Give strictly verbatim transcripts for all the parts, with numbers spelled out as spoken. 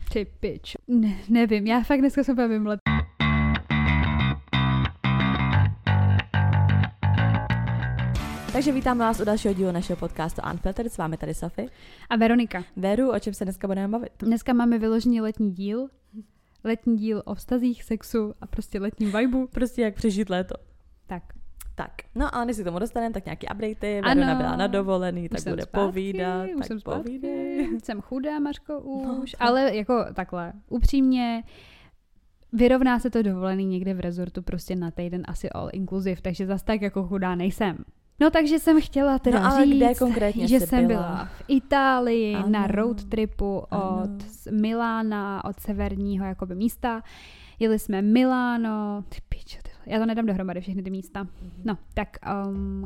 Ty pič. Ne, nevím, já fakt dneska jsem vymlet. Takže vítám vás u dalšího dílu našeho podcastu Unfiltered, s vámi tady Sofie. A Veronika. Veru, o čem se dneska budeme bavit? Dneska máme vyložený letní díl. Letní díl o vztazích, sexu a prostě letním vibu. Prostě jak přežít léto. Tak. Tak, no a než si k tomu dostaneme, tak nějaký updaty. Verona byla na dovolený, tak bude zpátky, povídat. Už tak jsem zpátky. povídej. Jsem chudá, Mařko, už. No, ale jako takhle, upřímně, vyrovná se to dovolený někde v rezortu prostě na týden asi all inclusive, takže zas tak jako chudá nejsem. No takže jsem chtěla teda no, ale říct, kde konkrétně že jsi jsem byla? byla v Itálii Ano. na road tripu Ano. od Milána, od severního jakoby místa. Jeli jsme Miláno, ty pičo, ty, já to nedám dohromady všechny ty místa. No, tak um,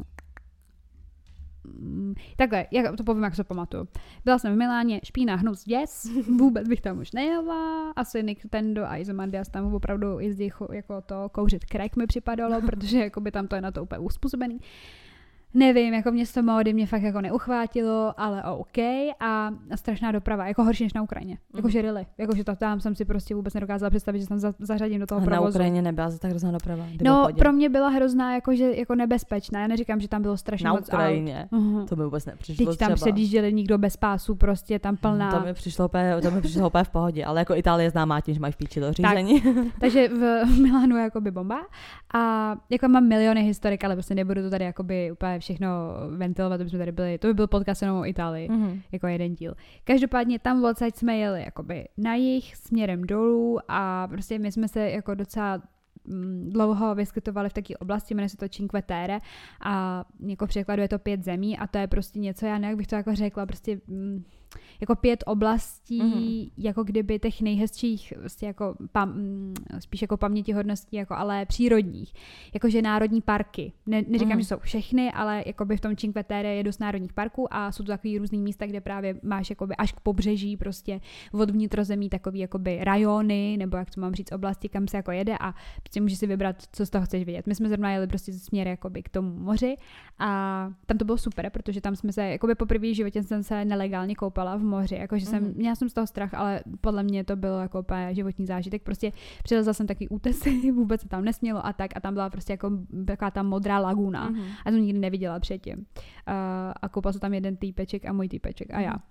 mm, takhle, já to povím, jak se pamatuju. Byla jsem v Miláně, špína, hnus, děs, vůbec bych tam už nejela, asi Nick Tendo a Izomandias tam opravdu jezdí jako to kouřit crack mi připadalo, protože jakoby tam to je na to úplně uspůsobený. Nevím, jako město módy mě fakt jako neuchvátilo, ale OK. A strašná doprava, jako horší než na Ukrajině. Mm. Jakože really. Jakože to tam jsem si prostě vůbec nedokázala představit, že jsem za, zařadím do toho a provozu. Na Ukrajině nebyla za tak hrozná doprava. No, pro mě byla hrozná, jakože jako nebezpečná. Já neříkám, že tam bylo strašně na moc Ukrajině. aut. Uh-huh. To by vůbec nepřišlo. Teď tam třeba. předjížděli nikdo bez pásu, prostě tam plná. To mi přišlo úplně, to mi přišlo úplně v pohodě, ale jako Itálie známá tím, že mají v píči to řízení. Tak, takže v Milánu je jakoby bomba. A jako mám miliony historik, ale prostě nebudu to tady jakoby úplně všechno ventilovat, to by jsme tady byli, to by byl podcast jenom o Itálii, mm-hmm. jako jeden díl. Každopádně tam odsaď jsme jeli jakoby na jih směrem dolů a prostě my jsme se jako docela mm, dlouho vyskytovali v takové oblasti, jmenuje se to Cinque Terre a jako překladu je to pět zemí a to je prostě něco, já nevím, bych to jako řekla, prostě mm, jako pět oblastí, mm-hmm. jako kdyby těch nejhezčích, vlastně jako pam, spíš jako pamětihodností, jako ale přírodních. Jakože národní parky. Ne, neříkám, mm-hmm. že jsou všechny, ale jakoby v tom Cinque Terre je dost národních parků a jsou to takový různý místa, kde právě máš jakoby až k pobřeží prostě od vnitrozemí takový jakoby rajony, nebo jak to mám říct, oblasti, kam se jako jede a prostě můžeš si vybrat, co z toho chceš vidět. My jsme zrovna jeli prostě směr jakoby k tomu moři a tam to bylo super, protože tam jsme se, jakoby poprvé v životě jsem se nelegálně koupala v moři, jakože jsem, mm-hmm. měla jsem z toho strach, ale podle mě to bylo jako úplně životní zážitek, prostě přilezla jsem taky útesy, vůbec se tam nesmělo a tak a tam byla prostě jako taková ta modrá laguna mm-hmm. a jsem nikdy neviděla předtím. Uh, a koupal se tam jeden týpeček a můj týpeček a já.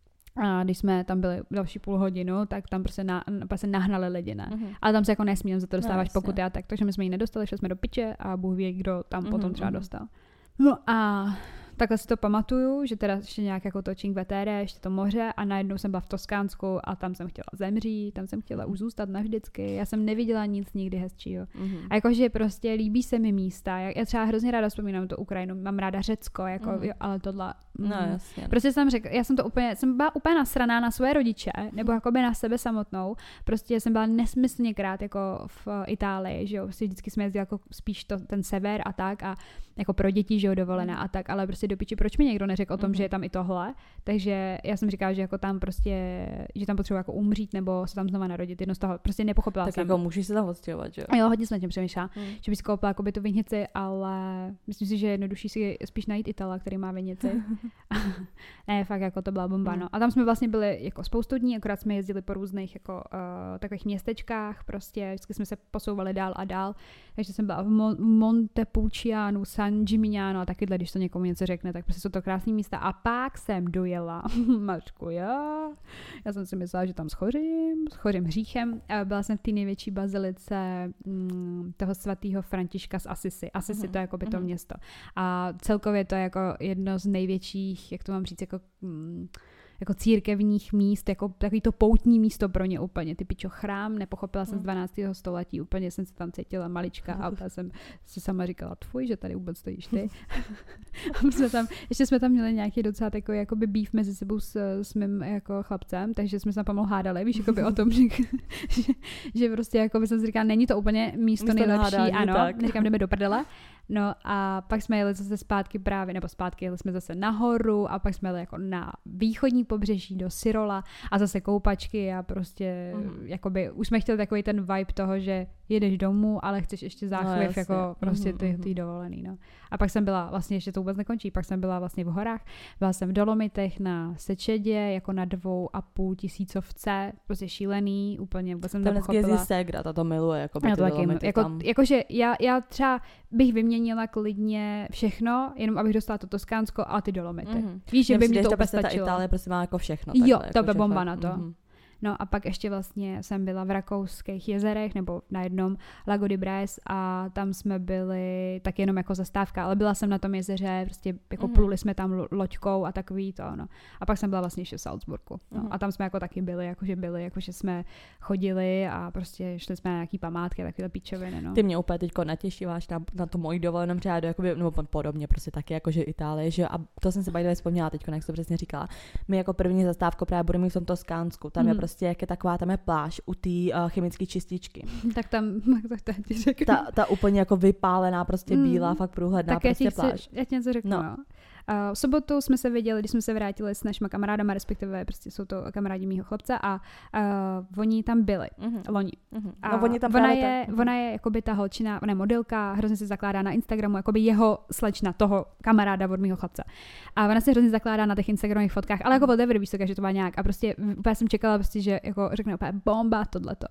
A když jsme tam byli další půl hodinu, tak tam prostě, na, prostě nahnali lidi, ne? Mm-hmm. Ale tam se jako nesmím, za to dostáváš no, pokuty a tak, takže my jsme ji nedostali, šli jsme do piče a Bůh ví, kdo tam mm-hmm. potom třeba dostal. No a takhle si to pamatuju, že teda ještě nějak jako to Cinque Terre, ještě to moře a najednou jsem byla v Toskánsku a tam jsem chtěla zemřít, tam jsem chtěla už zůstat navždycky, já jsem neviděla nic nikdy hezčího. Mm-hmm. A jakože prostě líbí se mi místa, já, já třeba hrozně ráda vzpomínám tu Ukrajinu, mám ráda Řecko, jako, mm-hmm. jo, ale tohle... Mm, no jasně. Prostě jsem řekla, já jsem to úplně, jsem byla úplně nasraná na své rodiče, nebo jakoby na sebe samotnou, prostě jsem byla nesmyslně krát jako v Itálii, že jo, prostě vždycky jsme jezdili jako spíš to, ten sever a tak a jako pro děti, že jo, dovolená a tak, ale prostě do piči, proč mi někdo neřekl o tom, mm-hmm. že je tam i tohle, takže já jsem říkala, že jako tam prostě, že tam potřebuji jako umřít nebo se tam znova narodit, jedno z toho, prostě nepochopila tak jsem. Tak jako můžeš se tam odstěhovat, že jo? A jo, hodně jsem tím přemýšlela, mm. že bych si koupila jako by tu vinici, ale myslím si, že je jednodušší si spíš najít Itala, který má vinici. Ne, fakt jako to byla bomba, mm. no. A tam jsme vlastně byli jako spoustu dní, akorát jsme jezdili po různých jako uh, takových městečkách, prostě vždycky jsme se posouvali dál a dál, takže jsem byla v Mo- Montepulciano, San Gimignano a takyhle, když to někomu něco řekne, tak prostě jsou to krásné místa a pak jsem dojela, Mačku, já, já jsem si myslela, že tam schořím, schořím hříchem, a byla jsem v té největší bazilice mm, toho svatého Františka z Assisi, Assisi uh-huh. to je jako by to uh-huh. město a celkově to je jako jedno z největších, jak to mám říct, jako mm, jako církevních míst, jako takový to poutní místo pro ně úplně, ty pičo chrám, nepochopila jsem z dvanáctého století, úplně jsem se tam cítila malička a úplně jsem si sama říkala, tvůj, že tady vůbec stojíš ty. A jsme tam, ještě jsme tam měli nějaký docela takový jakoby beef mezi sebou s, s mým jako chlapcem, takže jsme se tam pomalu hádali, víš, jakoby o tom, že, že, že prostě jako by jsem si říkala, není to úplně místo, místo nejlepší, hádání, ano, tak. Neříkám, jdeme do prdele. No a pak jsme jeli zase zpátky právě, nebo zpátky jeli jsme zase nahoru a pak jsme jeli jako na východní pobřeží do Syrola a zase koupačky a prostě mm. jakoby už jsme chtěli takový ten vibe toho, že jedeš domů, ale chceš ještě záchvěv no, jako prostě ty, ty dovolený, no. A pak jsem byla, vlastně ještě to vůbec nekončí, pak jsem byla vlastně v horách, byla jsem v Dolomitech na Sečedě, jako na dvou a půl tisícovce, prostě šílený, úplně vůbec jsem to pochopila. Tam jezdí ségra, ta to miluje, jako by já to ty taky, Dolomity jako, tam. Jakože já, já třeba bych vyměnila klidně všechno, jenom abych dostala to Toskánsko a ty Dolomity. Mm-hmm. Víš, že by mi to úplně stačilo. Ta Itálie prostě má jako všechno. Jo, takhle, to jako by bomba fakt, na to. Mm-hmm. No a pak ještě vlastně jsem byla v rakouských jezerech, nebo na jednom Lago di Bresse a tam jsme byli tak jenom jako zastávka, ale byla jsem na tom jezeře, prostě jako mm-hmm. pluli jsme tam lo- loďkou a takový to, no. A pak jsem byla vlastně ještě v Salzburgu, no. Mm-hmm. A tam jsme jako taky byli, jakože byli, jakože jsme chodili a prostě šli jsme na nějaký památky, takové píčoviny, no. Ty mě úplně teďko natěšíváš na, na to mojí dovolenou přijadu, jakoby, nebo podobně, prostě taky, jakože Itálie, že a to jsem se bajde vzpomněla teďko, jak jsi to přesně říkala. My jako první zastávku právě budeme mít v tom Toskánsku, tam mm-hmm. je prostě, jak je taková, tam je pláž u té uh, chemické čističky. Tak tam, tak to ti řeknu. Ta, ta úplně jako vypálená, prostě bílá, mm. fakt průhledná tak prostě já pláž. Chci, já ti něco řeknu, no. no. Uh, v sobotu jsme se viděli, když jsme se vrátili s našimi kamarádama, respektive prostě jsou to kamarádi mýho chlapce a uh, oni tam byli, mm-hmm. loni. Mm-hmm. A no, oni tam ona, je, tak... ona je jakoby ta holčina, ona je modelka, hrozně se zakládá na Instagramu, jakoby jeho slečna, toho kamaráda od mýho chlapce. A ona se hrozně zakládá na těch Instagramových fotkách, ale jako whatever, víš to, že to má nějak. A prostě úplně jsem čekala, prostě, že jako řekne úplně bomba, tohleto.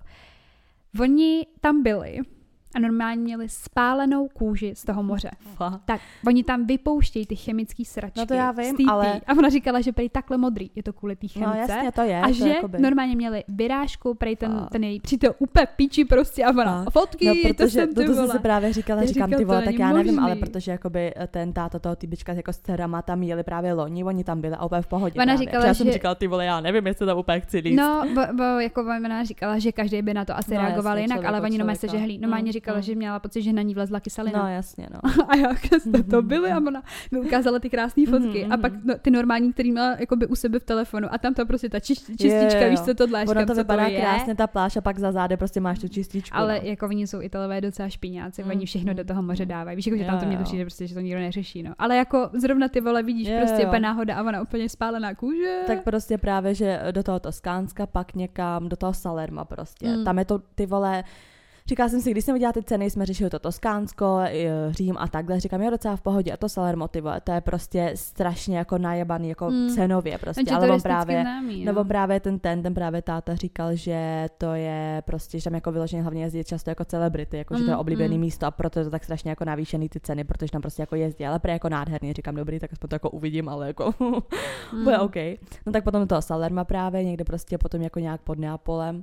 Oni tam byli a normálně měli spálenou kůži z toho moře. Fakt. Tak oni tam vypouštějí ty chemické sračky. No to já vím, stýpí. ale... A ona říkala, že prej takhle modrý je to kvůli té chemice. No jasně, to je. A to že jakoby... normálně měli vyrážku, prej ten, ten její přítel úplně píči prostě a ona a. fotky, no, protože, to jsem, ty to, to jsem si právě říkala, já říkám, říkám, ty vole, tak já nevím, možný. ale protože jakoby ten táta toho tybička jako s dcerama tam jeli právě loni, oni tam byli a úplně v pohodě. Ona říkala, já jsem že... říkala, ty vole, já nevím, jestli tam úplně chci líst. No, bo, bo, jako ona říkala, že každý by na to asi no, reagoval jasně, jinak, ale oni normálně se žehlí. Normálně mm, říkala, mm. že měla pocit, že na ní vlezla kyselina. No jasně, no. A jak jste to byli a ona mi ukázala ty krásné fotky mm-hmm. a pak no, ty normální, který měla jakoby u sebe v telefonu a tam to prostě ta čiš, čistička, je, víš co tohle. Ono to vypadá to krásně, ta pláž a pak za záde prostě máš tu čističku. Ale no. jako oni jsou Italové docela špiňáci, mm. oni všechno do toho moře dávají. Víš, jako, že jo, tam to mě jo. přijde, prostě, že to nikdo neřeší. No. Ale jako zrovna ty vole vidíš je, prostě jo. úplně náhoda a ona úplně spálená kůže. Tak prostě právě, že do toho Toskánska, pak někam do toho Salerma prostě. Mm. Tam je to ty vole... Říkala jsem si, když jsem viděla ty ceny, jsme řešili to Toskánsko, Řím a takhle, říkám, jo, docela v pohodě, a to Salermo, ty vole, to je prostě strašně jako najebaný, jako mm. cenově prostě, ale on právě, známý, nebo právě ten, ten, ten právě táta říkal, že to je prostě, že tam jako vyloženě hlavně jezdí často jako celebrity, jako mm, že to je oblíbený mm. místo a proto je to tak strašně jako navýšený ty ceny, protože tam prostě jako jezdí, ale prý jako nádherný, říkám, dobrý, tak aspoň to jako uvidím, ale jako mm. bude OK. No tak potom do toho Salerma právě, někde prostě potom jako nějak pod Neapolem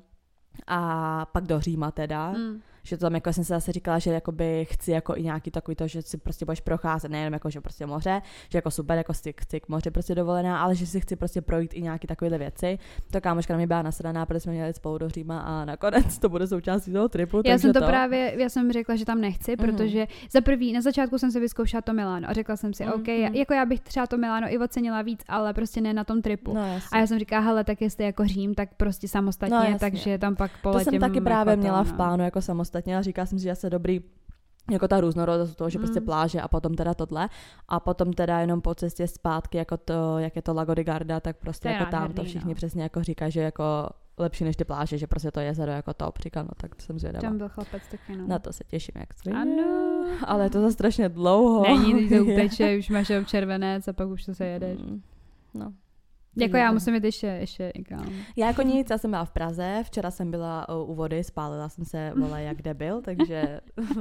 a pak do Říma teda. Mm. Že to tam jako jsem se zase říkala, že jakoby chci jako i nějaký takový to, že si prostě budeš procházet, nejenom jako, že prostě moře, že jako super, jako chci, chci k moři prostě dovolená, ale že si chci prostě projít i nějaký takovéhle věci. To kámoška na mě byla nasraná, protože jsme měli spolu do Říma a nakonec to bude součástí toho tripu. Já jsem to, to právě, já jsem řekla, že tam nechci, mm. protože za prvý, na začátku jsem si vyzkoušela to Milano a řekla jsem si, mm. OK, mm. jako já bych třeba to Milano i ocenila víc, ale prostě ne na tom tripu. No, a já jsem říkala, hele, tak jestli jako Řím, tak prostě samostatně, no, takže tam pak poletím. To jsem taky právě jako měla to, v plánu jako samostatně a říkala jsem si, že se dobrý jako ta různorodost toho, že mm. prostě pláže a potom teda tohle a potom teda jenom po cestě zpátky jako to, jak je to Lago di Garda, tak prostě jako tam to všichni no. přesně jako říkají, že jako lepší než ty pláže, že prostě to jezero jako top, říkal, no tak to jsem zvědavá. Tam byl chlapec taky, no. Na to se těším, jak svým. Ano. Ale je to za strašně dlouho. Není, to uteče, už máš červenec a pak už to se jedeš. Mm. No. Jako já musím jít ještě, ještě někam. Já jako nic, já jsem byla v Praze, včera jsem byla u vody, spálila jsem se, vole, jak debil, takže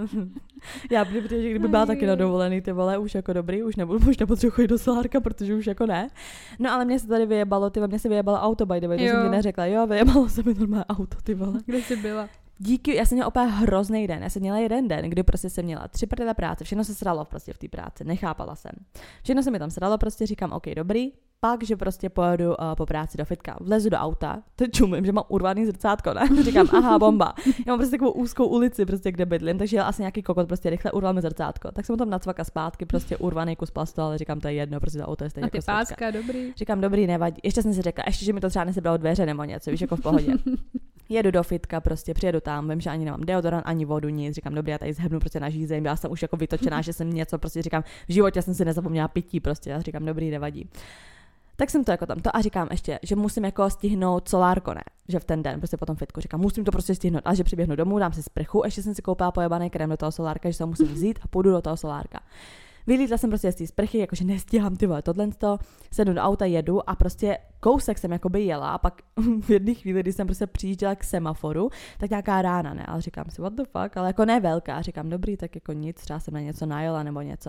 já bych že kdyby byla taky na dovolený, ty vole, už jako dobrý, už nebudu, už nepotřebuji chodit do solárka, protože už jako ne. No ale mě se tady vyjebalo, ty mě se vyjebalo auto, by the way, to jsem ti neřekla, jo, vyjebalo se mi normálně auto, ty vole. Kde jsi byla? Díky, já jsem měla úplně hrozný den. Já jsem měla jeden den, kdy prostě jsem měla tři prdele práce, všechno se sralo prostě v té práci, nechápala jsem. Všechno se mi tam sralo, prostě říkám, OK, dobrý, pak, že prostě pojedu uh, po práci do fitka, vlezu do auta, teď čumím, že mám urvaný zrcátko, ne? Říkám, aha, bomba. Já mám prostě takovou úzkou ulici, prostě kde bydlím, takže jel asi nějaký kokot, prostě rychle urval mi zrcátko. Tak jsem tam nacvaka zpátky, prostě urvaný kus plastu, ale říkám, to je jedno, prostě to auto je stejně. A ty jako páska, dobrý. Říkám, dobrý, nevadí. Ještě jsem si řekla, ještě, že mi to třeba nesebralo dveře nebo něco, víš, jako v pohodě. Jedu do fitka, prostě přijedu tam, vím, že ani nemám deodorant, ani vodu, nic, říkám, dobrý, já tady zhebnu prostě na žízeň, já jsem už jako vytočená, že jsem něco, prostě říkám, v životě jsem si nezapomněla pití, prostě, já říkám, dobrý, nevadí. Tak jsem to jako tam to a říkám ještě, že musím jako stihnout solárko, ne, že v ten den, prostě po tom fitku, říkám, musím to prostě stihnout, a že přiběhnu domů, dám si sprchu, ještě jsem si koupila pojebaný krém do toho solárka, že se ho musím vzít a půjdu do toho solárka. Vylítla jsem prostě z té sprchy, jakože nestíhám ty vole, tohle to, sedu do auta, jedu a prostě kousek jsem jakoby jela a pak v jedné chvíli, kdy jsem prostě přijížděla k semaforu, tak nějaká rána, ne, ale říkám si what the fuck, ale jako ne velká, říkám dobrý, tak jako nic, třeba jsem na něco najela nebo něco.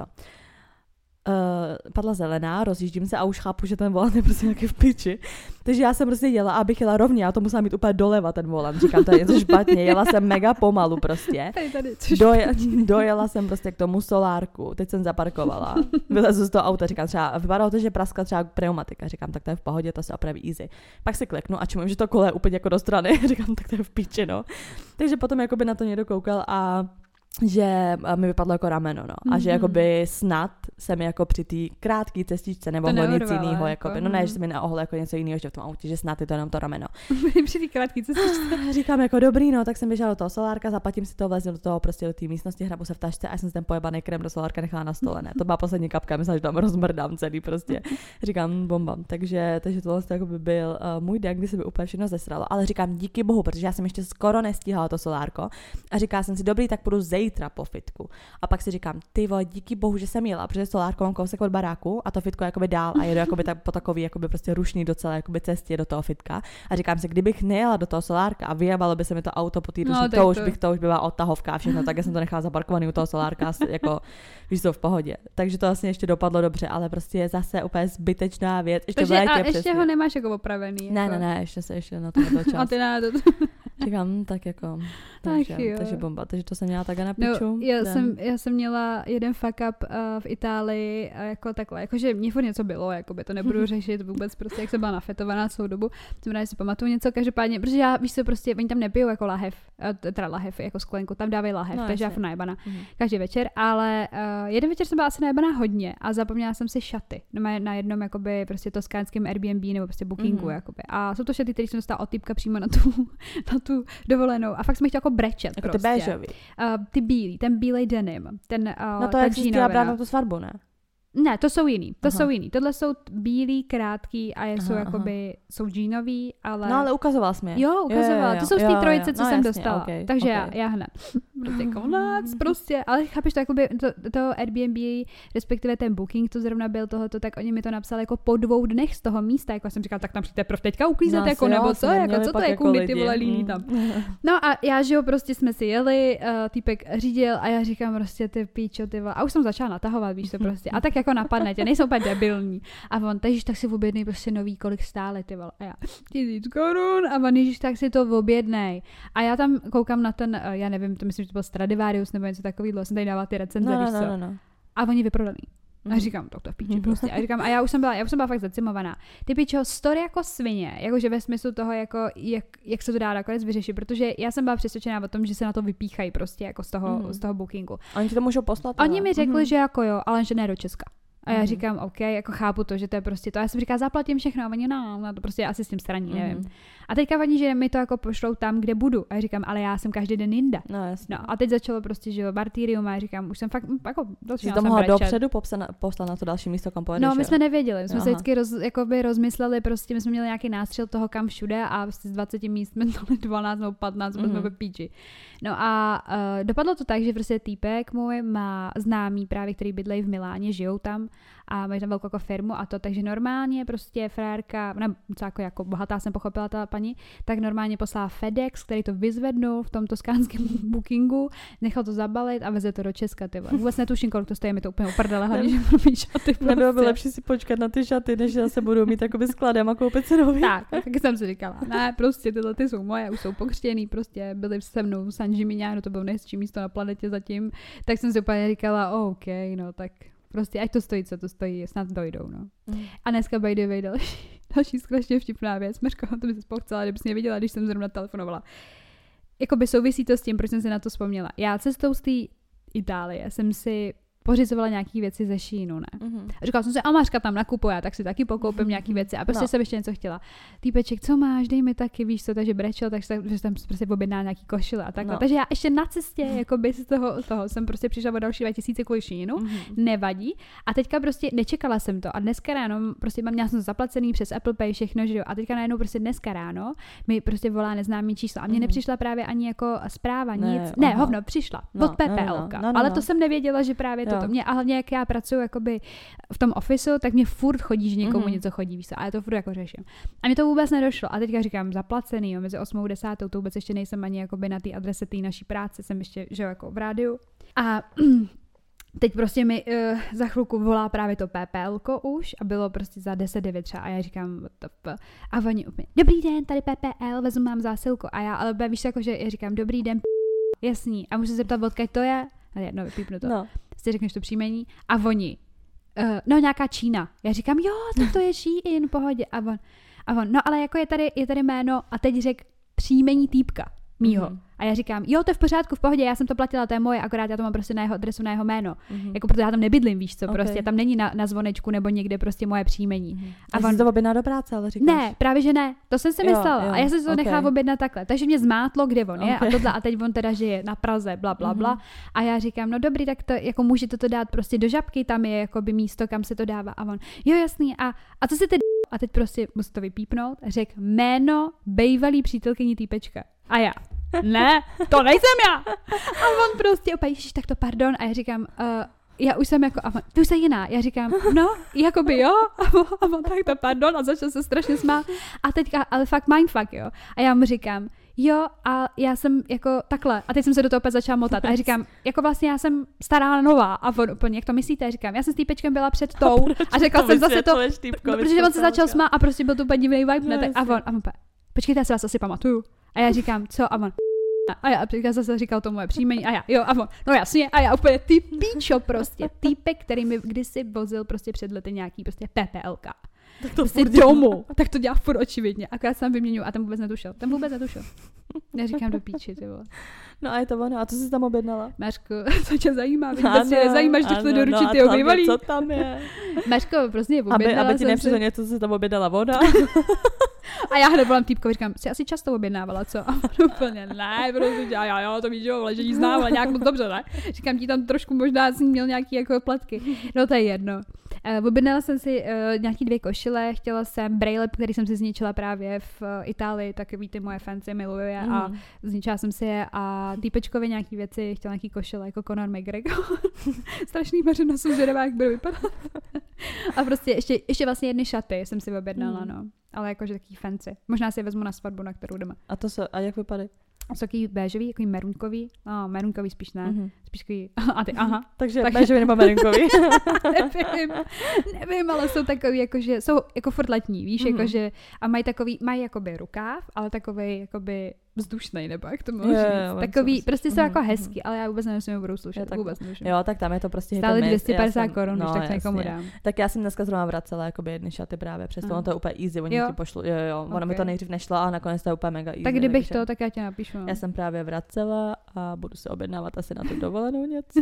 Uh, padla zelená, rozjíždím se a už chápu, že ten volant je prostě nějaký v piči. Takže já jsem prostě jela, abych jela rovně, já to musela mít úplně doleva ten volant. Říkám, to je něco špatně, jela jsem mega pomalu prostě. Tady, tady, Doje, dojela jsem prostě k tomu solárku, teď jsem zaparkovala, vylezu z toho auta, říkám třeba, vypadalo to, že praskla třeba pneumatika, říkám, tak to je v pohodě, to se opraví easy. Pak si kliknu a čumím, že to kole je úplně jako do strany, říkám, tak to je v piči, no. Takže potom jakoby na to někdo koukal a že mi vypadlo jako rameno, no. A mm-hmm. že jakoby snad se mi jako při té krátké cestičce nebo nic jiného, jako, no ne, že se mi neohlo jako něco jiného, že v tom autě, že snad je to jenom to rameno. Při té krátké cestičce. Říkám jako dobrý, no, tak jsem běžela do toho solárka, zaplatím si to, vlezím do toho prostě do té místnosti, hrabu se v tašce a jsem si ten pojebaný krém do solárka nechala na stole, ne. To byla poslední kapka, myslím, že tam rozmrdám celý prostě. Říkám bomba. Takže, takže tohle jako by byl uh, můj den, kdy se mi úplně všechno zesralo, ale říkám díky bohu, protože já jsem ještě skoro nestíhala to solárko a říká jsem si dobrý, tak půjdu zítra po fitku. A pak si říkám, ty vole, díky bohu, že jsem jela, protože solárko mám kousek od baráku a to fitko je jakoby dál a jedu jakoby tak, po takový jakoby prostě rušný docela jakoby cestě do toho fitka. A říkám si, kdybych nejela do toho solárka a vyjebalo by se mi to auto po té rušný, no, to už bych to už byla odtahovka a všechno, tak já jsem to nechala zaparkovaný u toho solárka, jako víš, to v pohodě. Takže to vlastně ještě dopadlo dobře, ale prostě je zase úplně zbytečná věc. Ještě takže, a ještě přesně. Ho nemáš jako opravený. Ne, jako. ne, ne, ještě se ještě na to nebyl čas. A ty na to. Říkám, tak jako, takže, takže bomba, takže to jsem měla takhle na piču. No, já, jsem, já jsem měla jeden fuck up uh, v Itálii uh, jako takhle, jakože mě furt něco bylo, jakoby to nebudu řešit vůbec prostě, jak jsem byla nafetovaná celou dobu, jsem ráda, že si pamatuju něco, každopádně, protože já, víš co, prostě, oni tam nepijou jako lahev, uh, teda lahev, jako sklenku, tam dávají lahev, no, takže já furt najebaná mm-hmm. každý večer, ale uh, jeden večer jsem byla asi najebaná hodně a zapomněla jsem si šaty, no, na jednom jakoby prostě toskánském Airbnb nebo prostě bookingu, mm-hmm. jakoby. A jsou to šaty, které jsem dostala od týpka přímo na tu, na tu dovolenou a fakt jsme chtěli jako brečet jako prostě. Ty béžový. Uh, ty bílý, ten bílej denim, ten uh, no to jak jsi chtěla brát na tu svatbu, ne? Ne, to jsou jiný, to aha. jsou jiný. Tohle jsou bílý, krátký a jsou aha, jakoby, aha. jsou džínový, ale... No ale ukazoval jsi mě. Jo, ukazoval. Jo, jo, jo. To jsou z té trojice, co no, jsem jasně, dostala. Okay, takže okay. já, já hned. Prostě konec, prostě. Ale chápeš to, jakoby to, to Airbnb, respektive ten booking, to zrovna byl tohoto, tak oni mi to napsali jako po dvou dnech z toho místa. Jako jsem říkala, tak tam přijďte pro teďka uklízet, no, jako, nebo co, jako, co to je, jako my ty vole líní tam. No a já, že jo, prostě jsme si jeli, uh, týpek řídil a já říkám prostě ty píčo, ty vole. A už jsem začala natahovat, víš to prostě. A tak jako napadne tě, nejsou úplně debilní. A on, takže tak si objednej prostě nový, kolik stále, ty vole. A já, tisíc korun. A on, ježiš, tak si to objednej. A já tam koukám na ten, já nevím, to myslím, že to byl Stradivarius nebo něco takového, jsem tady dávala ty recenze, no, víš no, co. no, no. A oni vyprodaný. A říkám, to to v píči prostě. A říkám, a já už jsem byla, já už jsem byla fakt zacimovaná. Ty pičo, story jako svině, jakože ve smyslu toho, jako, jak, jak se to dá nakonec vyřešit, protože já jsem byla přesvědčená o tom, že se na to vypíchají prostě jako z toho, mm. z toho bookingu. Oni ti to můžou poslat. Oni mi řekli, mm. že jako jo, ale že ne do Česka. A já mm. říkám, OK, jako chápu to, že to je prostě to. A já jsem říkala, zaplatím všechno, a oni no, no to prostě asi s tím straní, mm. nevím. A teďka vadí, že mi to jako pošlou tam, kde budu. A já říkám, ale já jsem každý den jinde. No, jasně. No a teď začalo prostě, že jo, martýrium a já říkám, už jsem fakt, jako, jsi to mohla dopředu poslat na to další místo, kam pojedeš. No, my jsme nevěděli, my jsme Aha. se vždycky roz, jakoby rozmysleli, prostě my jsme měli nějaký nástřel toho, kam všude a prostě z dvaceti míst jsme dali dvanáct nebo patnáct, mm-hmm. jsme ve píči. No a uh, dopadlo to tak, že prostě týpek můj má známý právě, který bydlejí v Miláně, žijou tam a mají tam velkou jako firmu a to, takže normálně prostě frérka, ne, co jako, jako bohatá jsem pochopila ta paní, tak normálně poslala FedEx, který to vyzvednul v tom toskánském bookingu, nechal to zabalit a veze to do Česka, ty vole. Vůbec netuším, kolik to stojí, mi to úplně uprdele, hlavně, že budu mít šaty prostě. Nebylo by lepší si počkat na ty šaty, než zase budu mít takoby skladem a koupit si nový. Tak, tak jsem si říkala, ne, prostě tyhle ty jsou moje, už jsou pokřtěný, prostě byly se mnou v San Gimignano, to bylo nejhezčí místo na planetě zatím, tak jsem si úplně říkala, oh, OK, no tak prostě ať to stojí, co to stojí, snad dojdou, no. Mm. A dneska by the way další, další skutečně vtipná věc. Mrško, to by se spolu chcela, kdybys mě viděla, když jsem zrovna telefonovala. Jakoby souvisí to s tím, proč jsem si na to vzpomněla. Já cestou z té Itálie jsem si pořizovala nějaký věci ze Sheinu, ne. Mm-hmm. A říkala jsem si, a Mařka tam nakupuje, tak si taky pokoupím nějaký věci a prostě no. jsem ještě něco chtěla. Týpeček, co máš, dej mi taky, víš co, takže brečel, takže jsem prostě objednala nějaký košile a takhle. No. Takže já ještě na cestě, jakoby z toho, toho jsem prostě přišla o další dva tisíce kvůli Sheinu, mm-hmm. nevadí. A teďka prostě nečekala jsem to a dneska ráno prostě mám, měla jsem to zaplacený přes Apple Pay, všechno, že jo. A teďka najednou prostě dneska ráno mi prostě volá neznámý číslo a mně mm-hmm. nepřišla právě ani jako zpráva, ne, nic. Ne, hovno, přišla. No, od PPLka. No, no, no, no, ale to jsem nevěděla, že právě toto. Mě, a hlavně jak já pracuji jakoby v tom ofisu, tak mě furt chodí, že někomu mm-hmm. něco chodí, víš co, a já to furt jako řeším. A mě to vůbec nedošlo. A teďka říkám zaplacený, jo, mezi osmou a desátou, to vůbec ještě nejsem ani jakoby na té adrese té naší práce, jsem ještě, že jo, jako v rádiu. A teď prostě mi uh, za chvilku volá právě to PPLko už a bylo prostě za deset devět třeba a já říkám a oni úplně, dobrý den, tady P P L, vezmu mám zásilku a já, ale víš jako, že já říkám, dobrý den, jasný, a můžu se zeptat, odkud to je? A já, no, vypípnu to. No. Prostě řekneš to příjmení a oni, uh, no nějaká Čína. Já říkám, jo, tak to je Shein, pohodě. A on, a on, no ale jako je tady, je tady jméno a teď řek příjmení týpka mýho. Mm-hmm. A já říkám, jo, to je v pořádku, v pohodě, já jsem to platila, to je moje, akorát já to mám prostě na jeho adresu, na jeho jméno. Mm-hmm. Jako protože já tam nebydlím, víš co, okay. Prostě tam není na, na zvonečku nebo někde prostě moje příjmení. Mm-hmm. A, a on to objedná do práce, ale říkáš. Ne, právě že ne, to jsem si jo, myslela jo, a já jsem si to okay. nechala objednat takhle. Takže mě zmátlo, kde on je okay. a tohle a teď on teda žije na Praze, bla bla bla. Mm-hmm. A já říkám, no dobrý, tak to jako můžete to dát prostě do Žabky, tam je jakoby místo, kam se to dává. A on, jo jasný, a, a co si ty a teď prostě musí to vypípnout a řek jméno bejvalý přítelkyní týpečka. A já. Ne, to nejsem já. A on prostě opět, ježiš, tak to pardon. A já říkám, uh, já už jsem jako, a on, ty už jsi jiná. Já říkám, no, jakoby jo. A on, tak to pardon a začal se strašně smát. A teďka, ale fakt mindfuck, jo. A já mu říkám, jo, a já jsem jako takhle. A teď jsem se do toho opět začala motat. A já říkám, jako vlastně já jsem stará nová. A on úplně, jak to myslíte? Já říkám, já jsem s týpečkem byla před tou. A, a řekla jsem zase to, no, protože on se začal smát a prostě byl to úplně divný vibe. No, a on, a on, počkejte, já se vás asi pamatuju. A já říkám, co? A on, a já, já zase říkal to moje příjmení a já, jo, a on, no jasně, a já úplně, ty píčo prostě, týpek, který mi kdysi vozil prostě před lety nějaký prostě PPLka. Tak to prostě domů. Tak to dělá furt očividně. Akorát jsem vyměňuji a ten vůbec netušil. Ten vůbec netušil. Já říkám do píči, ty vole. No a je to ono. A co jsi tam objednala? Mařko, co tě zajímá? Vůbec tě nezajímá, že to doručit no, ty obývalý. Co tam je? Mařko, prostě objednala aby, aby ti nepřišlo si... něco, co jsi tam objednala voda. A já hned volám týpkovi, říkám, jsi asi často objednávala, co? A on úplně, ne, prostě, já, jo, to víš, jo, ale že jí znám, ale nějak moc dobře, ne? Říkám, ti tam trošku možná jsi měl nějaký jako pletky. No to je jedno. Uh, objednala jsem si uh, nějaký dvě košile, chtěla jsem braille, který jsem si zničila právě v uh, Itálii, takový ty moje fancy, miluju je mm. a zničila jsem si je a týpečkovi nějaký věci, chtěla nějaký košile jako Conor McGregor. Strašný mařeno, jsem zvědavá, jak bude vypadat. A prostě ještě, ještě vlastně jedny šaty jsem si objednala, mm. no. Ale jakože taký fancy. Možná si je vezmu na svatbu, na kterou jdeme. A to se, a jak vypadají? Jsou takový béžový, takový merunkový. No, merunkový spíš ne. Mm-hmm. Spíš takový, a ty, aha. Takže tak... béžový nebo merunkový. nevím, nevím, ale jsou takový, jakože, jsou jako furt letní, víš, mm-hmm. jakože, a mají takový, mají jakoby rukáv, ale takový, jakoby vzdušnej, nebo jak to můžu říct. Takový, prostě jsou mm-hmm. jako hezký, ale já vůbec nevím, jestli mi budou slušet. Jo, vůbec nevím. Jo, tak tam je to prostě stále dvě stě padesát korun, když no, tak někomu dám. Tak já jsem dneska zrovna vracela jakoby jedny šaty právě, přesto ono to je úplně easy, oni ti pošlu, jo, jo, ono okay. mi to nejdřív nešlo a nakonec to je úplně mega easy. Tak kdybych to, tak já tě napíšu. Já jsem právě vracela a budu se objednávat asi na tu dovolenou něco.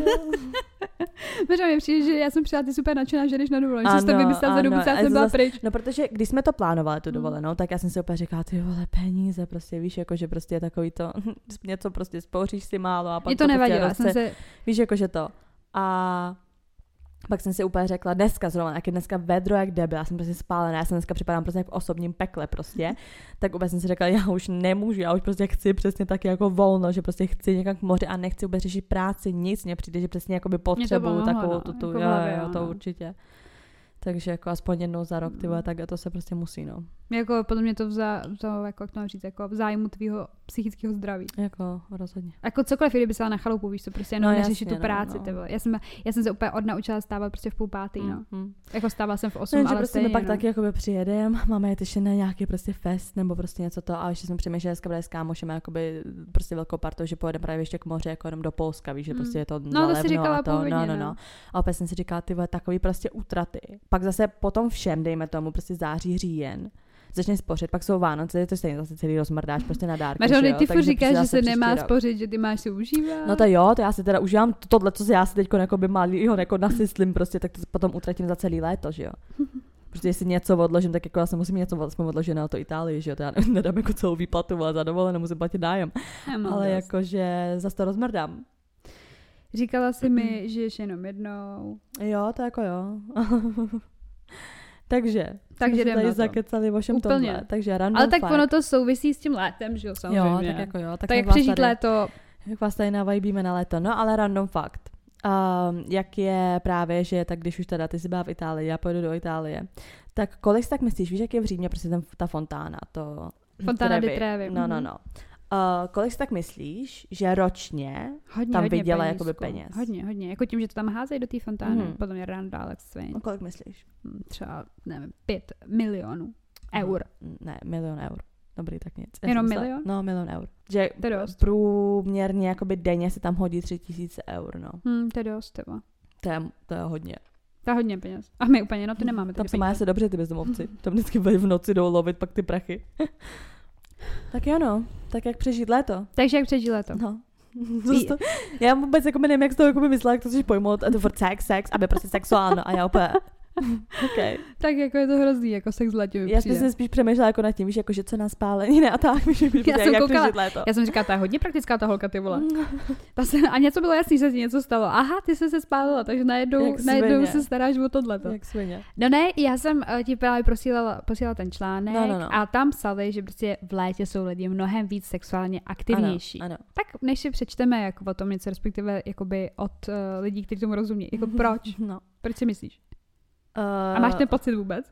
Možná mi přijde, že já jsem přijela ty super nadšená, že jdeš na dovolenou, že jsi to vymyslela za dobu, co já jsem byla pryč. No protože když jsme to plánovali tu dovolenou, tak já jsem si úplně říkala, ty vole, peníze, prostě víš, jako že prostě je takový to něco prostě spoříš si málo a pak mě to, to nevadilo, prostě jsem se... víš, jakože to. A pak jsem si úplně řekla, dneska zrovna, jak je dneska vedro, jak debil, já jsem prostě spálená, já jsem dneska připadám prostě jako v osobním pekle prostě, tak úplně jsem si řekla, já už nemůžu, já už prostě chci přesně taky jako volno, že prostě chci někam k moři a nechci vůbec řešit práci, nic, mně přijde, že přesně jakoby potřebuju takovou no, tu, tu jako jo, hlavě, jo, to no. určitě. Takže jako aspoň jednou za rok, ty vole, tak to se prostě musí, no. Jako podle mě to, vza, to jako, jak to mám říct, jako v zájmu tvýho psychického zdraví. Jako rozhodně. Jako cokoliv, kdyby se na chalupu, víš, to prostě jenom no, neřešit tu práci, no, no. ty já jsem, já jsem se úplně odnaučila stávat prostě v půl pátý, no. Mm-hmm. Jako stávala jsem v osm, ne, ale prostě stejně, my pak no. taky jakoby přijedem, máme jet ještě na nějaký prostě fest, nebo prostě něco to, a ještě jsem přemýšlela, dneska bude s kámošem, jakoby prostě velkou partou, že pojedeme právě ještě k moři, jako jenom do Polska, víš, že prostě je to no, to si říkala to, původně, no, no, no. A opět jsem si říkala, ty vole, takový prostě útraty. Pak zase potom všem, dejme tomu, prostě září, říjen. začneš spořit, pak jsou Vánoce, to stejně zase celý rozmrdáš prostě na dárky. Mařo, ty furt říkáš, že se nemá spořit, že ty máš si užívat. No to jo, to já si teda užívám tohle, co já si teďko jako by malýho jako nasyslím prostě, tak to potom utratím za celý léto, že jo. Protože jestli něco odložím, tak jako já se musím něco odložit na to Itálii, že jo, to já nedám jako celou výplatu, ale za dovolenou musím platit nájem. Ale jakože zase to rozmrdám. Říkala jsi mi, že ješ jenom jednou. Jo, to jako jo. Takže, takže jsme tady zakecali o všem tomhle. Takže random ale tak fact. ono to souvisí s tím létem, že jo, samozřejmě. Jo, tak jako jo. Tak, tak jak přežít tady, léto. Jak vás tady navajbíme na léto. No, ale random fakt. Um, jak je právě, že tak když už teda ty jsi byla v Itálii, já pojedu do Itálie, tak kolik tak myslíš, víš, jak je v Římě prostě ten, ta fontána, to... Fontána di Trevi. No, no, no. Uh, kolik si tak myslíš, že ročně hodně, tam hodně vydělá penízku. jakoby peněz? Hodně, hodně. Jako tím, že to tam házejí do té fontány, mm. podle mě ráno dálek svým. No, kolik myslíš? Třeba, nevím, pět milionů eur. Mm, ne, milion eur. Dobrý, tak nic. Já Jenom myslela, milion? No, milion eur. Že to je dost. Průměrně jakoby denně se tam hodí tři tisíce eur, no. Hmm, to je dost, teba. To je, to je hodně. To je hodně peněz. A my úplně, no ty nemáme. Tam se má se dobře ty bezdomovci. Tam vždycky v noci jdou lovit pak ty prachy. Tak jo no, tak jak přežít léto? Takže jak přežít léto? No. To, já vůbec jako nevím, jak jsi to jako myslela, jak to chceš pojmout, a to furt sex, sex, aby prostě sexuálno a já úplně... Okay. Tak jako je to hrozný, jako sex v létě. Já jsem spíš přemýšlela jako nad tím, víš, jako že co na spálení, ne a tak, víš, víš já jak, jsem jak koukala, přežít léto. Já jsem říkala, ta je hodně praktická ta holka, ty vole. Ta se, a něco bylo jasný, že se ti něco stalo. Aha, ty jsi se spálila, takže najednou, najednou se staráš o tohleto. Jak svině. No ne, já jsem uh, ti právě posílala, posílala ten článek no, no, no. a tam psali, že prostě v létě jsou lidi mnohem víc sexuálně aktivnější. Ano, ano. Tak než si přečteme jako o tom něco, respektive jakoby od uh, lidí, kteří tomu rozumí. Jako proč? No. Proč si myslíš? Uh, a máš ten pocit vůbec?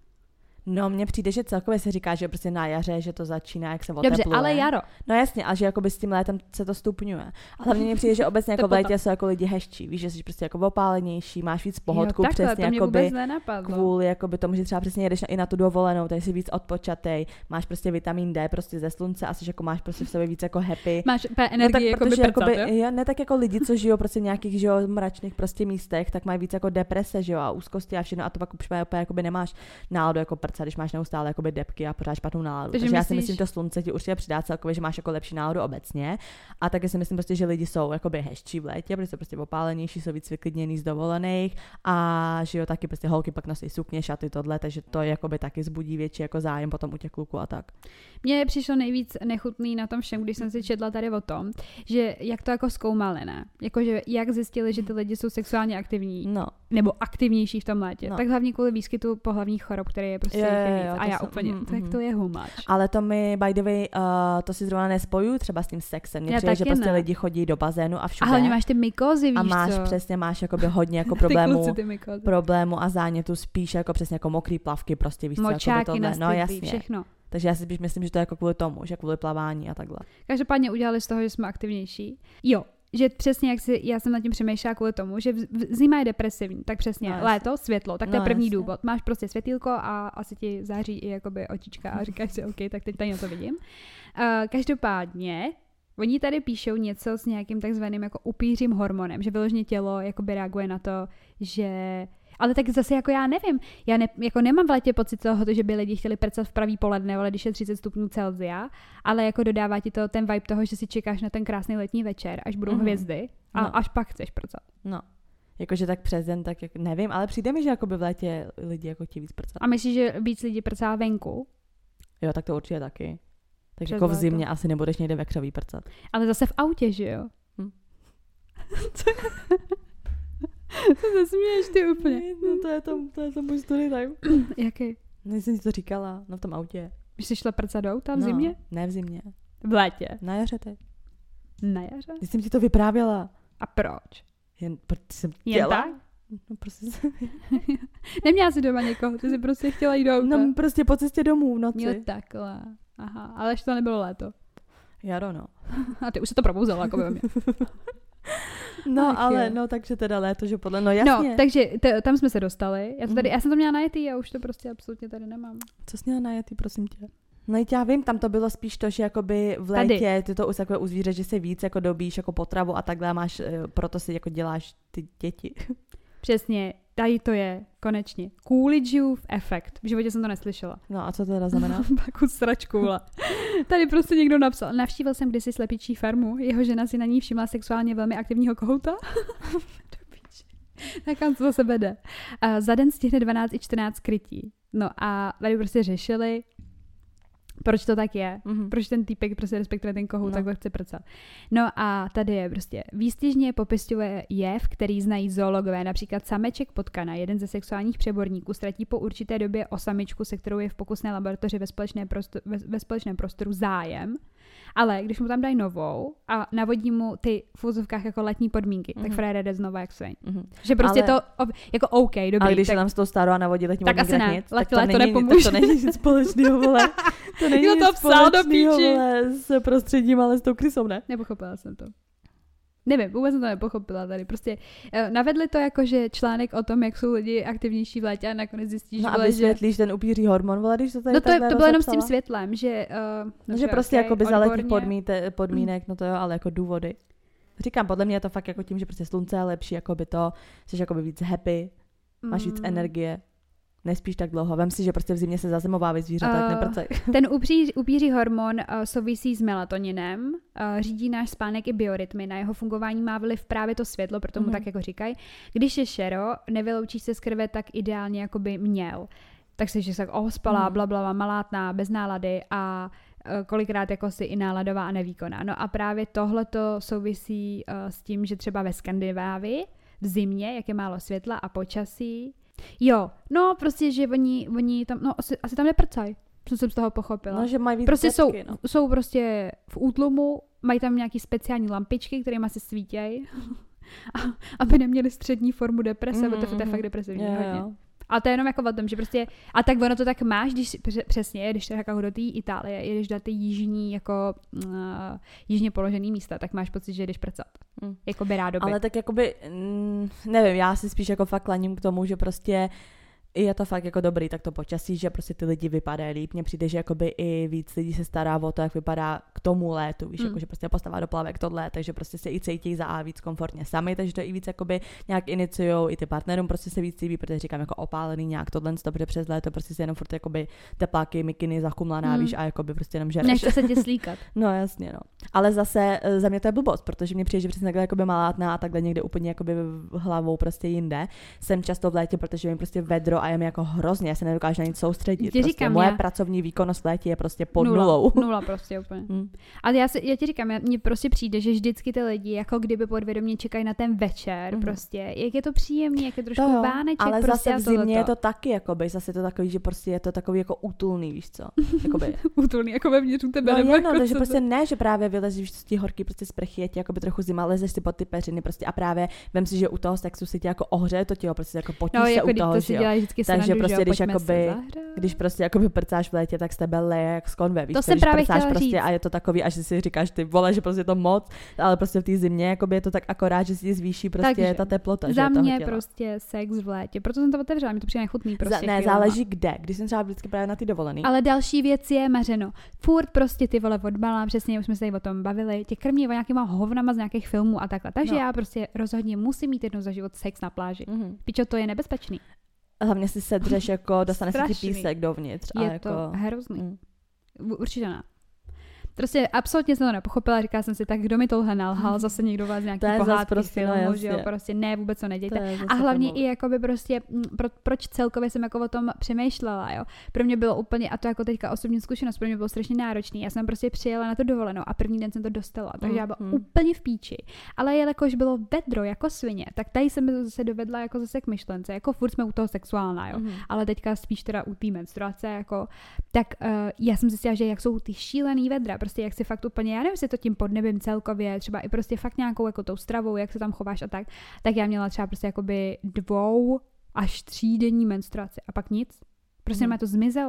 No, mně přijde, že celkově se říká, že prostě na jaře, že to začíná, jak se otepluje. Dobře, ale jaro. No jasně, a že jakoby s tím létem se to stupňuje. A hlavně mně přijde, že obecně jako v létě jsou jako lidi hezčí, víš, že jsi prostě jako opálenější, máš víc pohodku, jo, takhle, přesně to mě jakoby vůbec nenapadlo. Kvůli jakoby tomu, že třeba přesně jedeš i na tu dovolenou, tady jsi víc odpočatej, máš prostě vitamin D prostě ze slunce, asi jako máš prostě v sobě víc jako happy. Máš energii jako by prcat, jakoby, jo, ne tak jako lidi, co žijou prostě v nějakých, že jo, mračných prostě místech, tak mají víc jako deprese, že jo, a úzkosti a všechno, a to pak už jakoby nemáš náladu jako prcat, když máš neustále jakoby depky a pořád špatnou náladu. Takže, Takže myslíš... já si myslím, že to slunce ti určitě přidá celkově, že máš jako lepší náladu obecně. A taky si myslím prostě, že lidi jsou jakoby hezčí v létě, protože jsou prostě opálenější, jsou víc vyklidněný z dovolených a že jo, taky prostě holky pak nosí sukně, šaty, tohle, takže to jakoby taky zbudí větší jako zájem potom u těch kluků a tak. Mně přišlo nejvíc nechutný na tom všem, když jsem si četla tady o tom, že jak to jako zkoumali, ne? Jakože jak zjistili, že ty lidi jsou sexuálně aktivní, no. nebo aktivnější v tom létě. No. Tak hlavně kvůli výskytu pohlavních chorob, které je prostě je, je, víc. jo, A já jsem, úplně, mm, tak to je humáč. Ale to mi, by the way, uh, to si zrovna nespojuju třeba s tím sexem. Mně přijde, že prostě ne. lidi chodí do bazénu a všude. A hlavně máš ty mykózy, víš A máš co? přesně, máš jakoby hodně jako problémů, ty problémů a zánětu spíš jako přesně jako mokrý plavky, prostě víš co, jako tohle. No jasně. Všechno. Takže já si spíš myslím, že to je jako kvůli tomu, že kvůli plavání a takhle. Každopádně udělali z toho, že jsme aktivnější. Jo, že přesně jak si, já jsem nad tím přemýšlela kvůli tomu, že v, v, zima je depresivní, tak přesně no, léto, světlo, tak to no, je první jasně. důvod. Máš prostě světýlko a asi ti září i jakoby očička a říkáš si, OK, tak teď tady na to vidím. Uh, každopádně, oni tady píšou něco s nějakým takzvaným jako upířím hormonem, že vyloženě tělo jakoby reaguje na to, že... Ale tak zase jako já nevím, já ne, jako nemám v létě pocit toho, že by lidi chtěli prcat v pravý poledne, ale když je třicet stupňů Celsia, ale jako dodává ti to ten vibe toho, že si čekáš na ten krásný letní večer, až budou mm-hmm. hvězdy a no. až pak chceš prcat. No, jakože tak přes den, tak jak, nevím, ale přijde mi, že jakoby v létě lidi jako ti víc prcat. A myslíš, že víc lidí prcá venku? Jo, tak to určitě taky. Tak Přes jako v léto. zimě asi nebudeš někde ve křoví prcat. Ale zase v autě, že jo? Hm. Co se směješ ty úplně? No to je to, to je to můj story time. Jaký? No jsem ti to říkala, no v tom autě. Když jsi šla prcat do auta v no, zimě? Ne v zimě. V létě? Na jaře teď. Na jaře? Když jsem ti to vyprávěla. A proč? Jen protože jsem Jen chtěla. tak? No prostě jsem... Neměla jsi doma někoho, ty jsi prostě chtěla jít do auta. No prostě po cestě domů v noci. Jo, takhle. Aha, ale ještě to nebylo léto. Jaro, no. A ty už se to probouzela, jako by mě. No, Ach, ale jo. no, takže teda léto, že podle, no jasně. No, takže t- tam jsme se dostali. Já, to tady, já jsem to měla najetý a už to prostě absolutně tady nemám. Co jsi měla najetý, prosím tě? No já vím, tam to bylo spíš to, že jakoby v létě tady. Ty to už takové u zvíře, že se víc jako dobíš jako potravu a takhle máš, proto si jako děláš ty děti. Přesně, tady to je, konečně. Coolidgeův efekt. V životě jsem to neslyšela. No a co to teda znamená? Paku sračku, Tady prostě někdo napsal. Navštívil jsem kdysi slepičí farmu, jeho žena si na ní všimla sexuálně velmi aktivního kohouta. Tak kam to zase vede. Uh, za den stihne dvanáct i čtrnáct krytí. No a tady prostě řešili, proč to tak je. Mm-hmm. Proč ten týpek prostě respektuje ten kohout, no. takhle chce prcat. No a tady je prostě výstižně popisuje jev, který znají zoologové. Například sameček potkana, jeden ze sexuálních přeborníků, ztratí po určité době o samičku, se kterou je v pokusné laboratoři ve, společné prostoru, ve, ve společném prostoru zájem. Ale když mu tam dají novou a navodí mu ty v úzovkách jako letní podmínky, mm-hmm. tak frajer jde znova jak sviň. Mm-hmm. Že prostě ale, to jako OK, dobrý. Ale když tak, je tam z toho starou a navodí letní tak podmínky, tak nic, tak to, to, není, nepomůže. tak to není nic společného, vole. To není nic společného, vole, s prostředím, ale s tou krysou, ne? Nepochopila jsem to. Nevím, vůbec jsem to nepochopila tady. Prostě uh, navedli to jako, že článek o tom, jak jsou lidi aktivnější v létě a nakonec zjistíš, no a vysvětlíš že... ten upíří hormon, vole, když to tady No to, takhle to bylo jenom s tím rozepsala. světlem, že... Uh, no, že prostě okay, jako by za letních podmínek, podmínek, no to jo, ale jako důvody. Říkám, podle mě je to fakt jako tím, že prostě slunce je lepší, jako by to, jsi jako by víc happy, máš víc mm. energie. Nespíš tak dlouho. Vem si, že prostě v zimě se zazimovávají zvířata, uh, tak neprcej. Ten upří, upíří hormon uh, souvisí s melatoninem, uh, řídí náš spánek i biorytmy, na jeho fungování má vliv právě to světlo, proto mu mm-hmm. tak jako říkají. Když je šero, nevyloučíš se z krve tak ideálně, jako by měl. Tak se, že se ospalá, mm. blablabla, malátná, bez nálady a uh, kolikrát jako si i náladová a nevýkonná. No a právě tohleto souvisí uh, s tím, že třeba ve Skandinávii v zimě, jak je málo světla a počasí, jo, no prostě, že oni, oni tam, no asi, asi tam neprcají, co jsem z toho pochopila. No, že mají víc prostě tetky, jsou, no. jsou prostě v útlumu, mají tam nějaký speciální lampičky, kterými se svítějí, aby neměli střední formu deprese, mm-hmm. protože to je fakt depresivní yeah, hodně. Jo. A to je jenom jako o tom, že prostě, a tak ono to tak máš, když přesně, když jako do té Itálie, jedeš do ty jižní, jako uh, jižně položený místa, tak máš pocit, že jdeš prcat. Mm. Jakoby rádoby. Ale tak jakoby, mm, nevím, já si spíš jako fakt klaním k tomu, že prostě je to fakt jako dobrý, tak to počasí, že prostě ty lidi vypadají líp. Mně přijde, že jakoby i víc lidí se stará o to, jak vypadá k tomu létu, víš, mm. jako že prostě postava do plavek tohle, takže prostě se i cítí za a víc komfortně sami, takže to i víc jakoby nějak iniciujou, i ty partnerům prostě se víc líbí, protože říkám jako opálený nějak tohle, protože přes léto prostě si jenom furt jakoby tepláky, mikiny, zachumlaná, mm. víš, a jakoby prostě jenom žereš. Nechce se tě slíkat. No jasně, no. Ale zase za mě to je blbost, protože mě přijde, že přesně takhle jakoby malátná a takhle někde úplně jakoby hlavou prostě jinde. Jsem často v létě, protože mi prostě vedro a je mi jako hrozně, já se nedokážu na nic soustředit. Prostě říkám, moje já... pracovní výkonnost v létě je prostě pod nula, nulou. Nula prostě úplně. Hmm. Ale já, se, já ti říkám, mně prostě přijde, že vždycky ty lidi jako kdyby podvědomě čekají na ten večer, hmm. prostě, jak je to příjemný, jak je trošku to váneček. Ale prostě zase v zimě je to taky, jakoby, zase to takový, že prostě je to takový jako útulný, víš co? Jakoby. Útulný, jako vevnitř u tebe. No, nebo jenom, jako takže to... prostě ne, že právě vylezíš z té horký prostě sprchy, je ti jakoby trochu zima, lezeš si pod ty peřiny prostě a právě vem si, že u toho sexu si tě jako ohřeje to tělo, prostě jako potíš no, se jako u toho, to že jo. Takže prostě když jakoby, když prostě jakoby prcáš v létě, tak z tebe leje jak z konve, víš, to co, jsem když právě prcáš chtěla prostě říct. A je to takový, až si říkáš ty vole, že prostě to moc, ale prostě v té zimě jakoby je to tak akorát, že si zvýší prostě takže ta teplota, za že mě toho prostě sex v létě, proto jsem to otevřela, mi to přijde nechutný prostě. Za, ne, chvílema. Záleží kde, když jsem třeba vždycky právě na ty dovolený. Ale další věc je Mařeno. Furt prostě ty vole odbalám, přesně už jsme se tady o tom bavili, tě krmí o nějakýma hovnama z nějakých filmů a takhle. Takže no. já prostě rozhodně musím mít jednou za život sex na pláži. Mm-hmm. Pičo, to je nebezpečný. Hlavně si sedřeš jako, dostane se ti písek dovnitř. Je a jako... to hrozný. Mm. Určitě ne. Prostě absolutně jsem to nepochopila, říkala jsem si, tak kdo mi tohle nalhal, zase někdo vás nějaký pohádky prostě, filmu, no, že jo, prostě ne, vůbec to nedějte. To a hlavně i jakoby prostě, pro, proč celkově jsem jako o tom přemýšlela, jo. Pro mě bylo úplně, a to jako teďka osobní zkušenost, pro mě bylo strašně náročný, já jsem prostě přijela na to dovolenou a první den jsem to dostala, takže mm, já byla mm. úplně v píči. Ale jelikož bylo vedro jako svině, tak tady jsem se zase dovedla jako zase k myšlence, jako furt jsme u toho sexuálna, jo. Mm. Ale teďka spíš teda u té menstruace, jako, tak uh, já jsem zjistila, že jak jsou ty šílený vedra, prostě jak si fakt úplně, já nevím, jestli to tím podnebím celkově, třeba i prostě fakt nějakou jako tou stravou, jak se tam chováš a tak, tak já měla třeba prostě jakoby dvou až třídenní menstruaci a pak nic. Prostě mm. mě to zmizelo.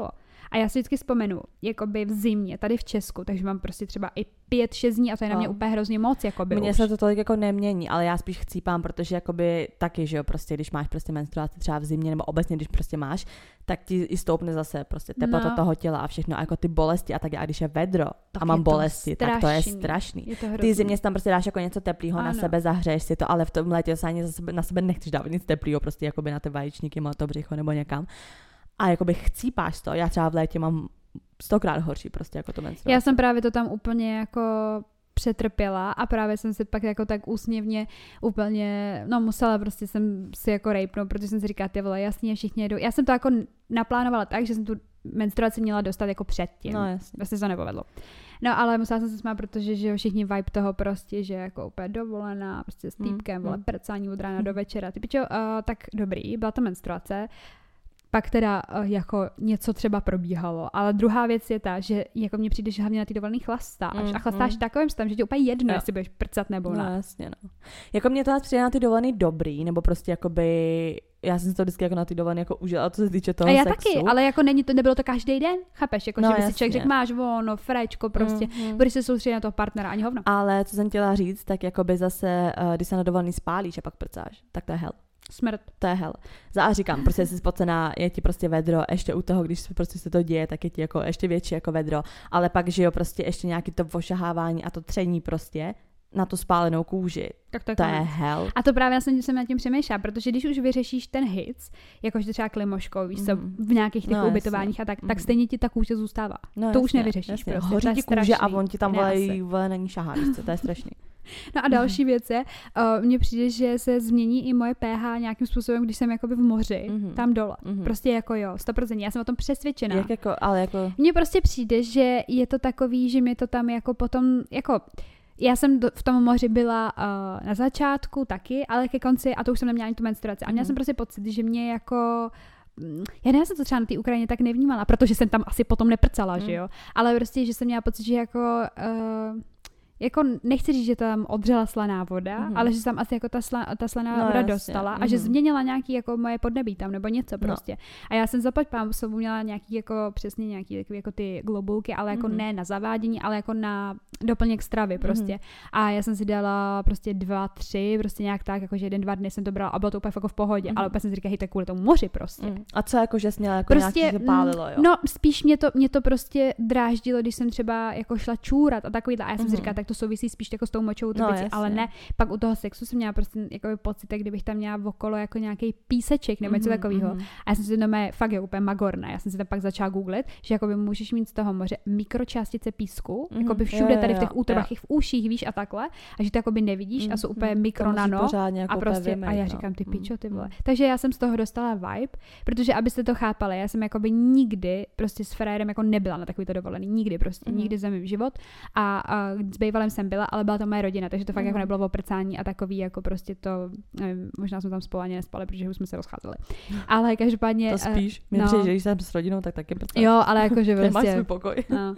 A já si vždycky vzpomenu, jakoby v zimě, tady v Česku, takže mám prostě třeba i pět, šest dní a to je na mě úplně hrozně moc, jakoby Mně už. se to tolik jako nemění, ale já spíš chcípám, protože jakoby taky, že jo, prostě když máš prostě menstruaci třeba v zimě nebo obecně, když prostě máš, tak ti i stoupne zase prostě teplota No. toho těla a všechno, a jako ty bolesti a tak, a když je vedro Tak a mám je to bolesti, strašný. tak to je strašný. Je to hrozný. Ty zimě si tam prostě dáš jako něco teplého na Ano. sebe, zahřeješ si to, ale v tom létě se ani na sebe, na sebe nechceš dávat nic teplého, prostě jakoby na ty vajíčníky, má to břicho nebo někam. A jakoby chcípáš to, já třeba v létě mám stokrát horší prostě jako to menstruace. Já jsem právě to tam úplně jako přetrpěla a právě jsem si pak jako tak úsměvně úplně, no musela prostě jsem si jako rejpnout, protože jsem si říkala, ty vole, jasně, všichni jedou. Já jsem to jako naplánovala tak, že jsem tu menstruaci měla dostat jako předtím. No jasně. Vlastně to nepovedlo. No ale musela jsem se smát, protože že jo, všichni vibe toho prostě, že jako úplně dovolená, prostě s týpkem, Mm, vole, mm. prcání od rána do večera. Ty pičo, uh, tak dobrý, byla to menstruace. Pak teda uh, jako něco třeba probíhalo. Ale druhá věc je ta, že jako mně přijde, že hlavně na ty dovolený chlastáš. Mm, A chlastáš mm. takovým stavem, že ti úplně jedno, Jo. jestli budeš prcat nebo No ne. jasně, no. Jako mě to zase přijde na ty dovolený dobrý, nebo prostě jakoby, já jsem si to vždycky jako na ty dovolený jako užila, co se týče toho A já sexu. taky, ale jako není to, nebylo to každý den, chápeš? Jako, No, že by si jasně. člověk řekl, máš vono, frečko, prostě, Mm, mm. budeš se soustředit na toho partnera, ani hovno. Ale co jsem chtěla říct, tak jakoby zase, uh, když se na dovolený spálíš a pak prcáš, tak to je hell. Smrt. To je hell. Za a říkám, prostě jsi spocená, je ti prostě vedro, ještě u toho, když prostě se to děje, tak je ti jako ještě větší jako vedro, ale pak, že jo, prostě ještě nějaký to ošahávání a to tření prostě na tu spálenou kůži. Tak to je, To je konec. hell. A to právě já jsem, jsem nad tím přemýšlela, protože když už vyřešíš ten hit, jakože třeba klimoškou, víš co, Mhm. v nějakých těch No, ubytováních a tak, tak Mhm. stejně ti ta kůže zůstává. No, to už jasně, nevyřešíš jasně. prostě. Hoří to je ti kůže a strašný. on ti tam Ne, vole, asi. vole na ní šahá, víš co, to je strašný. No a další věc je, uh, mně přijde, že se změní i moje pH nějakým způsobem, když jsem jakoby v moři, Mhm. tam dole. Mhm. Prostě jako jo, sto procent. Já jsem o tom přesvědčená. Jak jako, ale jako, Mně prostě přijde, že je to takový, že mě to tam jako potom, jako já jsem do, v tom moři byla uh, na začátku taky, ale ke konci, a to už jsem neměla ani tu menstruaci. A měla Mhm. jsem prostě pocit, že mě jako mm, já nevím, jsem to třeba na té Ukrajině tak nevnímala, protože jsem tam asi potom neprcala, Mhm. že jo. Ale prostě, že jsem měla pocit, že jako uh, jako nechci říct, že tam odřela slaná voda, Mhm. ale že tam asi jako ta, sla, ta slaná No, voda jasně. dostala a že Mhm. změnila nějaký jako moje podnebí tam nebo něco No. prostě. A já jsem zaplať pán sobou měla nějaký jako přesně nějaký takový jako ty globulky, ale jako Mhm. ne na zavádění, ale jako na doplněk stravy prostě. Mhm. A já jsem si dala prostě dva, tři, prostě nějak tak, jakože jeden, dva dny jsem to brala a bylo to úplně jako v pohodě, Mhm. ale úplně jsem si říkala, hej, to je kvůli tomu moři prostě. mm. A co jako, že jsi měla jako Prostě, nějaký to pálilo, jo? no spíš mě to, mě to prostě dráždilo, když jsem třeba jako šla čůrat a takovýhle. A já jsem si Mhm. říkala, tak to souvisí spíš jako s tou močovou No, trubicí, jasně. ale ne. Pak u toho sexu jsem měla prostě jako pocit, jak kdybych tam měla okolo jako nějaký píseček nebo něco Mhm, takového. mhm. A já jsem si to mé, fakt je úplně magorné. Já jsem si tam pak začala googlit, že jakoby můžeš mít z toho moře mikročástice písku, Mhm. jakoby Jo, všude jo, tady v jo, těch útrobách, v uších, víš, a takhle. A že to jakoby nevidíš a jsou úplně Mhm. mikro To musíš nano. pořádně jako A prostě, úplně a vymejt, já no. říkám, ty Mm, pičo, ty vole. mm. Takže já jsem z toho dostala vibe, protože abyste to chápali, já jsem jakoby nikdy prostě s frérem jako nebyla na takovýto dovolený, nikdy prostě, Mhm. nikdy za mým život. A, a s bývalem jsem byla, ale byla to moje rodina, takže to fakt Mhm. jako nebylo o prcání a takový jako prostě to, nevím, možná jsme tam spolu ani nespali, protože už jsme se rozcházeli. Ale každopádně... To eh, spíš. Mě no. přijde, že když jsem s rodinou, tak taky prcáš. Jo, ale jakože Ty máš prostě... svůj pokoj. No.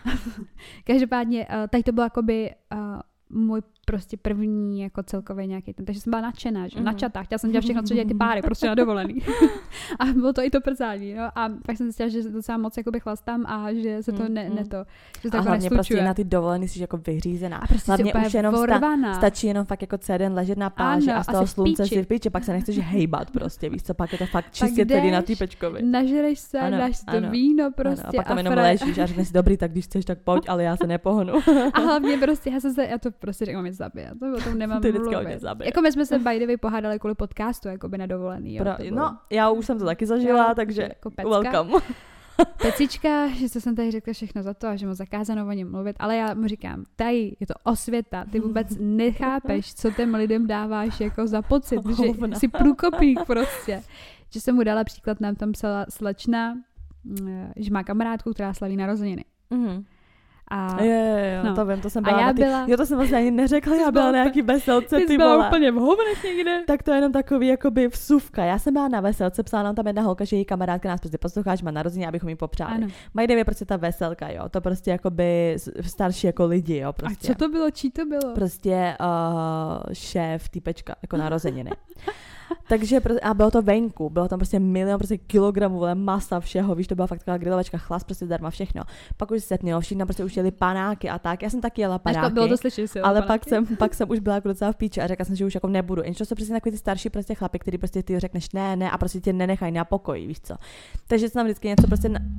Každopádně, uh, tady to bylo jakoby uh, můj prostě první jako celkově nějaký ten, takže jsem byla nadšená, že? Mhm. Načatá, chtěla jsem dělat všechno, co dělají ty páry, prostě na dovolený. A bylo to i to prcání, no. A pak jsem zjistila, že se docela moc jakoby chlastám a že se to ne, Mhm. ne to, že A to jako hlavně prostě neslučuje. na ty dovolený jsi jako vyřízená. A prostě hlavně si úplně už jenom sta- vorvaná. stačí jenom fakt jako celý den ležet na pláži Ano, a z a toho jsi v slunce píči. si v píči, pak se nechceš hejbat prostě, víš co, pak je to fakt Pak čistě celý na jdeš, týpečkovi. Nažereš se, Ano, dáš si to ano. víno prostě Ano, a pak tam a jenom fra- ležíš a řekneš si, dobrý, tak když chceš, tak pojď, ale já se nepohnu. A hlavně prostě, já jsem se, já to prostě řeknu, mě zabije, to o tom nemám Ty vždycky hodně mluvit. zabije. Jako my jsme se by the way pohádali kvůli podcastu, jako by na dovolený, jo. Pro, to bylo- no, já už jsem to taky zažila, Jo, takže jako pecka. welcome. Pecička, že co jsem tady řekla všechno za to a že mu zakázáno o něm mluvit, ale já mu říkám, tady je to osvěta, ty vůbec nechápeš, co těm lidem dáváš jako za pocit, že Hovna. jsi průkopník prostě. Že jsem mu dala příklad, nám tam psala slečna, mm, že má kamarádku, která slaví narozeniny. Mhm. A Jo, jo, jo, no. to vím, to jsem A byla já na ty, byla- jo, to jsem vlastně ani neřekla, Ty já jsi byla byla na nějaký veselce, ty ty jsi byla vole. úplně v hovnech někde. Tak to je jenom takový jakoby vsuvka. Já jsem byla na veselce, psala nám tam jedna holka, že její kamarádka nás prostě poslouchá, že má narozeniny, abychom jí popřáli. Ano. Mají je prostě ta veselka, jo. To prostě jakoby s- starší jako lidi, jo, A prostě. co to bylo, čí to bylo? Prostě uh, šéf, týpečka, jako narozeniny. Takže a bylo to venku, bylo tam prostě milion prostě kilogramů masa, všeho, víš, to byla fakt taková grilovačka, chlas, prostě zdarma všechno. Pak už se mělo, všichni prostě už jeli panáky a tak. Já jsem taky jela panáky. Bylo to slyšet, ale pak jsem, pak jsem už byla jako docela v píči a řekla jsem, že už jako nebudu. Jenže to jsou prostě takový ty starší prostě chlapi, který prostě ty řekneš ne, ne a prostě tě nenechají na pokoji, víš co. Takže jsem tam vždycky něco prostě na...